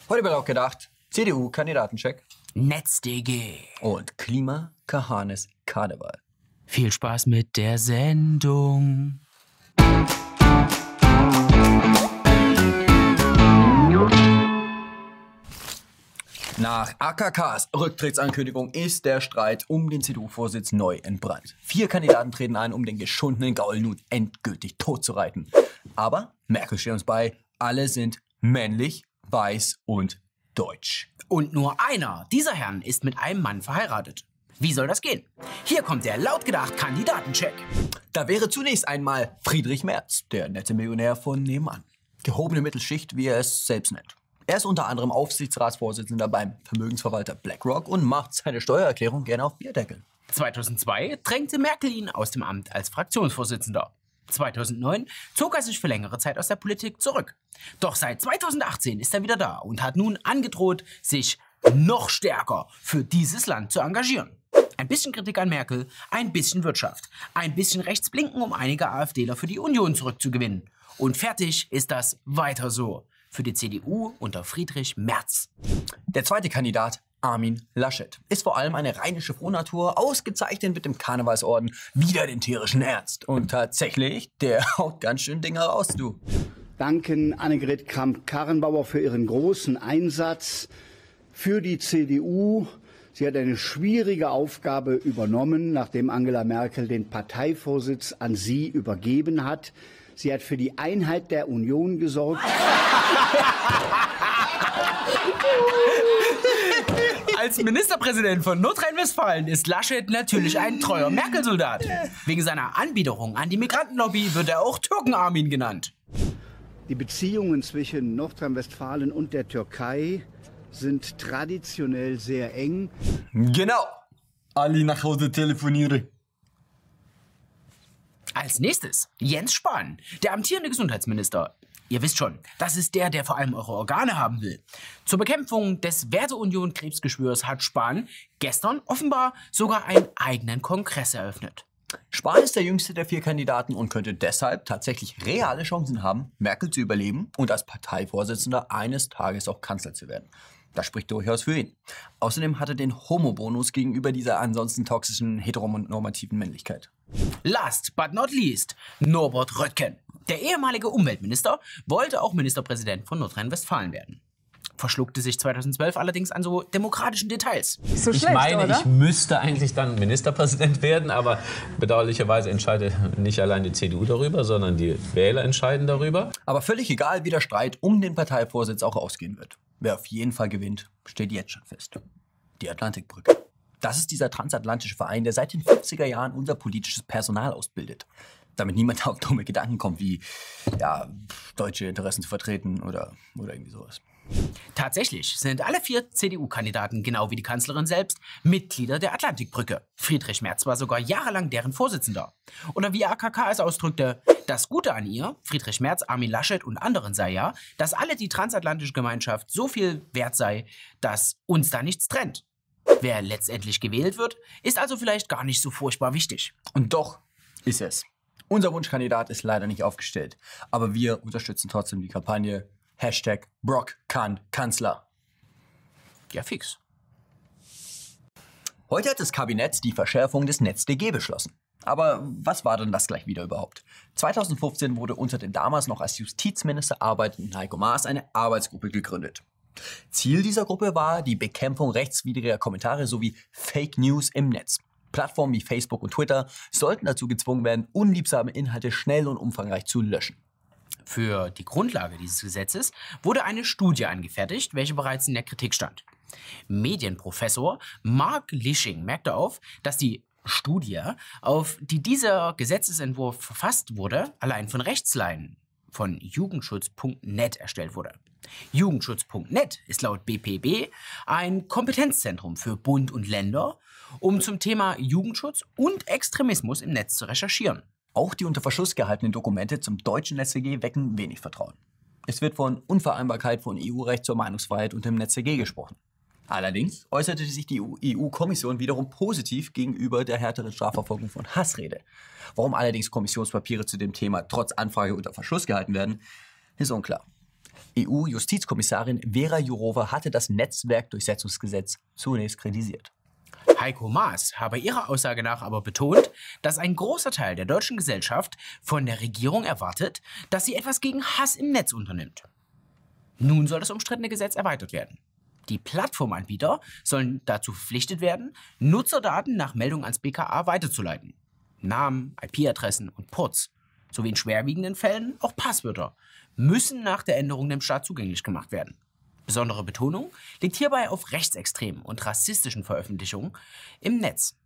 Heute wird auch gedacht, CDU-Kandidatencheck NetzDG und Klima, Kahanes, Karneval. Viel Spaß mit der Sendung. Nach AKKs Rücktrittsankündigung ist der Streit um den CDU-Vorsitz neu entbrannt. 4 Kandidaten treten ein, um den geschundenen Gaul nun endgültig totzureiten. Aber Merkel steht uns bei, alle sind männlich, weiß und deutsch. Und nur einer dieser Herren ist mit einem Mann verheiratet. Wie soll das gehen? Hier kommt der laut gedacht Kandidatencheck. Da wäre zunächst einmal Friedrich Merz, der nette Millionär von nebenan. Gehobene Mittelschicht, wie er es selbst nennt. Er ist unter anderem Aufsichtsratsvorsitzender beim Vermögensverwalter BlackRock und macht seine Steuererklärung gerne auf Bierdeckeln. 2002 drängte Merkel ihn aus dem Amt als Fraktionsvorsitzender. 2009 zog er sich für längere Zeit aus der Politik zurück. Doch seit 2018 ist er wieder da und hat nun angedroht, sich noch stärker für dieses Land zu engagieren. Ein bisschen Kritik an Merkel, ein bisschen Wirtschaft, ein bisschen Rechtsblinken, um einige AfDler für die Union zurückzugewinnen. Und fertig ist das weiter so für die CDU unter Friedrich Merz. Der zweite Kandidat, Armin Laschet, ist vor allem eine rheinische Frohnatur, ausgezeichnet mit dem Karnevalsorden Wider den tierischen Ernst. Und tatsächlich, der haut ganz schön Dinger raus, du. Danken Annegret Kramp-Karrenbauer für ihren großen Einsatz für die CDU. Sie hat eine schwierige Aufgabe übernommen, nachdem Angela Merkel den Parteivorsitz an sie übergeben hat. Sie hat für die Einheit der Union gesorgt. Als Ministerpräsident von Nordrhein-Westfalen ist Laschet natürlich ein treuer Merkel-Soldat. Wegen seiner Anbiederung an die Migrantenlobby wird er auch Türken-Armin genannt. Die Beziehungen zwischen Nordrhein-Westfalen und der Türkei sind traditionell sehr eng. Genau. Ali nach Hause telefoniere. Als nächstes Jens Spahn, der amtierende Gesundheitsminister. Ihr wisst schon, das ist der vor allem eure Organe haben will. Zur Bekämpfung des Werteunion-Krebsgeschwürs hat Spahn gestern offenbar sogar einen eigenen Kongress eröffnet. Spahn ist der jüngste der 4 Kandidaten und könnte deshalb tatsächlich reale Chancen haben, Merkel zu überleben und als Parteivorsitzender eines Tages auch Kanzler zu werden. Das spricht durchaus für ihn. Außerdem hat er den Homo-Bonus gegenüber dieser ansonsten toxischen heteronormativen Männlichkeit. Last but not least, Norbert Röttgen. Der ehemalige Umweltminister wollte auch Ministerpräsident von Nordrhein-Westfalen werden. Verschluckte sich 2012 allerdings an so demokratischen Details. So ich schlecht, meine, oder? ich müsste eigentlich dann Ministerpräsident werden, aber bedauerlicherweise entscheidet nicht allein die CDU darüber, sondern die Wähler entscheiden darüber. Aber völlig egal, wie der Streit um den Parteivorsitz auch ausgehen wird. Wer auf jeden Fall gewinnt, steht jetzt schon fest. Die Atlantikbrücke. Das ist dieser transatlantische Verein, der seit den 50er Jahren unser politisches Personal ausbildet. Damit niemand auf dumme Gedanken kommt, wie deutsche Interessen zu vertreten oder irgendwie sowas. Tatsächlich sind alle 4 CDU-Kandidaten, genau wie die Kanzlerin selbst, Mitglieder der Atlantikbrücke. Friedrich Merz war sogar jahrelang deren Vorsitzender. Oder wie AKK es ausdrückte, das Gute an ihr, Friedrich Merz, Armin Laschet und anderen sei ja, dass alle die transatlantische Gemeinschaft so viel wert sei, dass uns da nichts trennt. Wer letztendlich gewählt wird, ist also vielleicht gar nicht so furchtbar wichtig. Und doch ist es. Unser Wunschkandidat ist leider nicht aufgestellt. Aber wir unterstützen trotzdem die Kampagne #Brock kann Kanzler. Ja, fix. Heute hat das Kabinett die Verschärfung des NetzDG beschlossen. Aber was war denn das gleich wieder überhaupt? 2015 wurde unter dem damals noch als Justizminister arbeitenden Heiko Maas eine Arbeitsgruppe gegründet. Ziel dieser Gruppe war die Bekämpfung rechtswidriger Kommentare sowie Fake News im Netz. Plattformen wie Facebook und Twitter sollten dazu gezwungen werden, unliebsame Inhalte schnell und umfangreich zu löschen. Für die Grundlage dieses Gesetzes wurde eine Studie angefertigt, welche bereits in der Kritik stand. Medienprofessor Mark Lisching merkte auf, dass die Studie, auf die dieser Gesetzesentwurf verfasst wurde, allein von Rechtsleien von Jugendschutz.net erstellt wurde. Jugendschutz.net ist laut BPB ein Kompetenzzentrum für Bund und Länder, um zum Thema Jugendschutz und Extremismus im Netz zu recherchieren. Auch die unter Verschluss gehaltenen Dokumente zum deutschen NetzDG wecken wenig Vertrauen. Es wird von Unvereinbarkeit von EU-Recht zur Meinungsfreiheit unter dem NetzDG gesprochen. Allerdings äußerte sich die EU-Kommission wiederum positiv gegenüber der härteren Strafverfolgung von Hassrede. Warum allerdings Kommissionspapiere zu dem Thema trotz Anfrage unter Verschluss gehalten werden, ist unklar. EU-Justizkommissarin Vera Jourova hatte das Netzwerkdurchsetzungsgesetz zunächst kritisiert. Heiko Maas habe ihrer Aussage nach aber betont, dass ein großer Teil der deutschen Gesellschaft von der Regierung erwartet, dass sie etwas gegen Hass im Netz unternimmt. Nun soll das umstrittene Gesetz erweitert werden. Die Plattformanbieter sollen dazu verpflichtet werden, Nutzerdaten nach Meldung ans BKA weiterzuleiten. Namen, IP-Adressen und Ports sowie in schwerwiegenden Fällen auch Passwörter müssen nach der Änderung dem Staat zugänglich gemacht werden. Besondere Betonung liegt hierbei auf rechtsextremen und rassistischen Veröffentlichungen im Netz.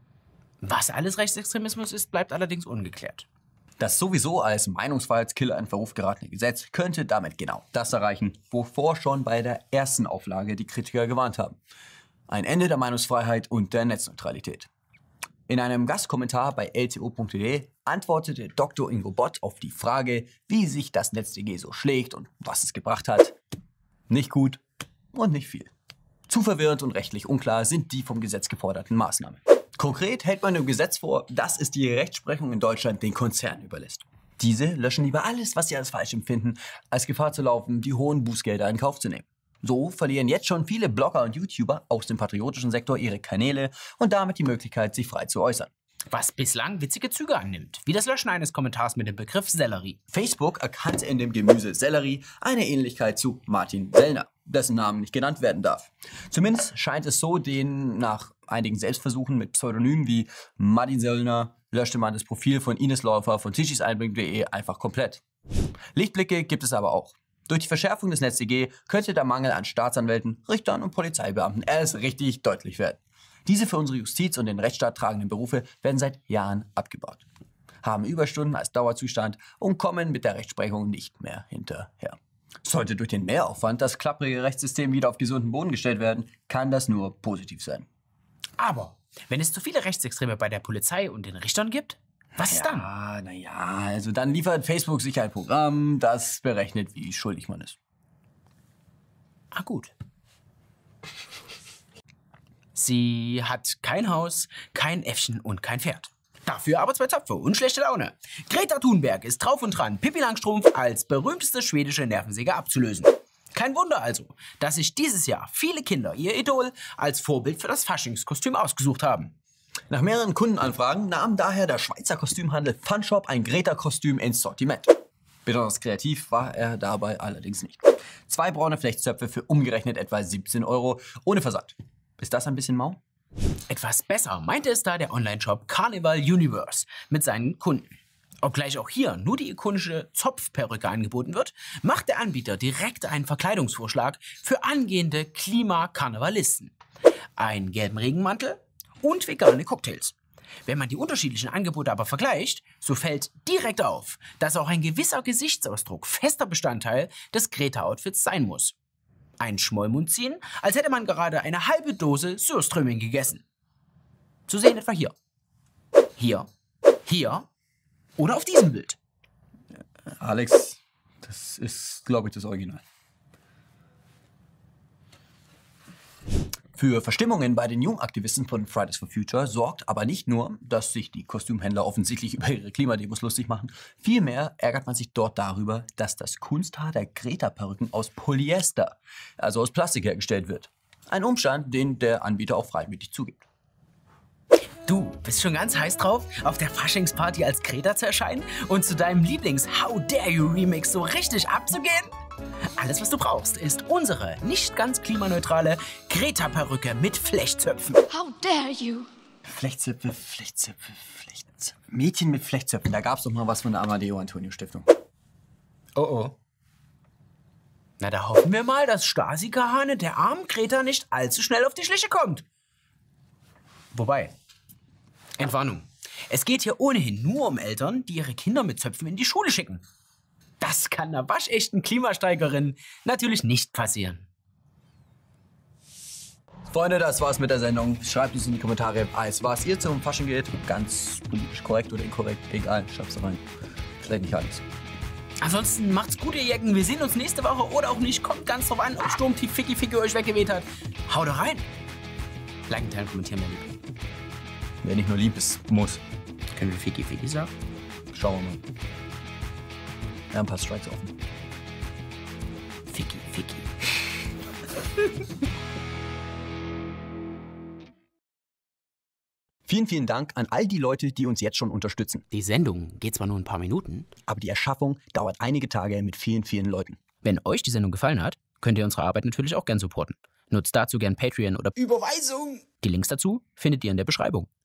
Was alles Rechtsextremismus ist, bleibt allerdings ungeklärt. Das sowieso als Meinungsfreiheitskiller in Verruf geratene Gesetz könnte damit genau das erreichen, wovor schon bei der ersten Auflage die Kritiker gewarnt haben. Ein Ende der Meinungsfreiheit und der Netzneutralität. In einem Gastkommentar bei lto.de antwortete Dr. Ingo Bott auf die Frage, wie sich das NetzDG so schlägt und was es gebracht hat. Nicht gut und nicht viel. Zu verwirrend und rechtlich unklar sind die vom Gesetz geforderten Maßnahmen. Konkret hält man im Gesetz vor, dass es die Rechtsprechung in Deutschland den Konzernen überlässt. Diese löschen lieber alles, was sie als falsch empfinden, als Gefahr zu laufen, die hohen Bußgelder in Kauf zu nehmen. So verlieren jetzt schon viele Blogger und YouTuber aus dem patriotischen Sektor ihre Kanäle und damit die Möglichkeit, sich frei zu äußern. Was bislang witzige Züge annimmt, wie das Löschen eines Kommentars mit dem Begriff Sellerie. Facebook erkannte in dem Gemüse Sellerie eine Ähnlichkeit zu Martin Sellner, dessen Namen nicht genannt werden darf. Zumindest scheint es so, den nach einigen Selbstversuchen mit Pseudonymen wie Martin Sellner löschte man das Profil von Ines Läufer von tischiseinblick.de einfach komplett. Lichtblicke gibt es aber auch. Durch die Verschärfung des NetzDG könnte der Mangel an Staatsanwälten, Richtern und Polizeibeamten erst richtig deutlich werden. Diese für unsere Justiz und den Rechtsstaat tragenden Berufe werden seit Jahren abgebaut, haben Überstunden als Dauerzustand und kommen mit der Rechtsprechung nicht mehr hinterher. Sollte durch den Mehraufwand das klapprige Rechtssystem wieder auf gesunden Boden gestellt werden, kann das nur positiv sein. Aber wenn es zu viele Rechtsextreme bei der Polizei und den Richtern gibt, was ist dann? Also dann liefert Facebook sicher ein Programm, das berechnet, wie schuldig man ist. Ah, gut. Sie hat kein Haus, kein Äffchen und kein Pferd. Dafür aber 2 Zöpfe und schlechte Laune. Greta Thunberg ist drauf und dran, Pippi Langstrumpf als berühmteste schwedische Nervensäge abzulösen. Kein Wunder also, dass sich dieses Jahr viele Kinder ihr Idol als Vorbild für das Faschingskostüm ausgesucht haben. Nach mehreren Kundenanfragen nahm daher der Schweizer Kostümhandel Funshop ein Greta-Kostüm ins Sortiment. Besonders kreativ war er dabei allerdings nicht. 2 braune Flechtzöpfe für umgerechnet etwa 17 € ohne Versand. Ist das ein bisschen mau? Etwas besser meinte es da der Online-Shop Carnival Universe mit seinen Kunden. Obgleich auch hier nur die ikonische Zopfperücke angeboten wird, macht der Anbieter direkt einen Verkleidungsvorschlag für angehende Klimakarnevalisten. Einen gelben Regenmantel und vegane Cocktails. Wenn man die unterschiedlichen Angebote aber vergleicht, so fällt direkt auf, dass auch ein gewisser Gesichtsausdruck fester Bestandteil des Greta-Outfits sein muss. Ein Schmollmund ziehen, als hätte man gerade eine halbe Dose Surströmming gegessen. Zu sehen etwa hier. Hier. Hier. Oder auf diesem Bild. Alex, das ist, glaube ich, das Original. Für Verstimmungen bei den Jungaktivisten von Fridays for Future sorgt aber nicht nur, dass sich die Kostümhändler offensichtlich über ihre Klimademos lustig machen. Vielmehr ärgert man sich dort darüber, dass das Kunsthaar der Greta-Perücken aus Polyester, also aus Plastik, hergestellt wird. Ein Umstand, den der Anbieter auch freimütig zugibt. Du bist schon ganz heiß drauf, auf der Faschingsparty als Greta zu erscheinen und zu deinem Lieblings-How Dare You Remix so richtig abzugehen? Alles, was du brauchst, ist unsere nicht ganz klimaneutrale Greta-Perücke mit Flechtzöpfen. How dare you? Flechtzöpfe. Mädchen mit Flechtzöpfen, da gab's doch mal was von der Amadeo Antonio Stiftung. Oh oh. Na, da hoffen wir mal, dass Stasi-Kahane der armen Greta nicht allzu schnell auf die Schliche kommt. Wobei, Entwarnung. Es geht hier ohnehin nur um Eltern, die ihre Kinder mit Zöpfen in die Schule schicken. Das kann einer waschechten Klimastreigerin natürlich nicht passieren. Freunde, das war's mit der Sendung. Schreibt uns in die Kommentare, was ihr zum Fasching geht. Ganz politisch korrekt oder inkorrekt, egal, schreibt's rein. Vielleicht nicht alles. Ansonsten macht's gut, ihr Jecken. Wir sehen uns nächste Woche oder auch nicht. Kommt ganz drauf an, ob Sturmtief Ficky euch weggeweht hat. Haut rein. Liken, teilen, kommentieren, mein Lieb. Wer nicht nur lieb ist, muss. Können wir Ficky sagen? Schauen wir mal. Wir haben ein paar Strikes offen. Ficky, Ficky. Vielen, vielen Dank an all die Leute, die uns jetzt schon unterstützen. Die Sendung geht zwar nur ein paar Minuten, Aber die Erschaffung dauert einige Tage mit vielen, vielen Leuten. wenn euch die Sendung gefallen hat, könnt ihr unsere Arbeit natürlich auch gern supporten. Nutzt dazu gern Patreon oder Überweisung! die Links dazu findet ihr in der Beschreibung.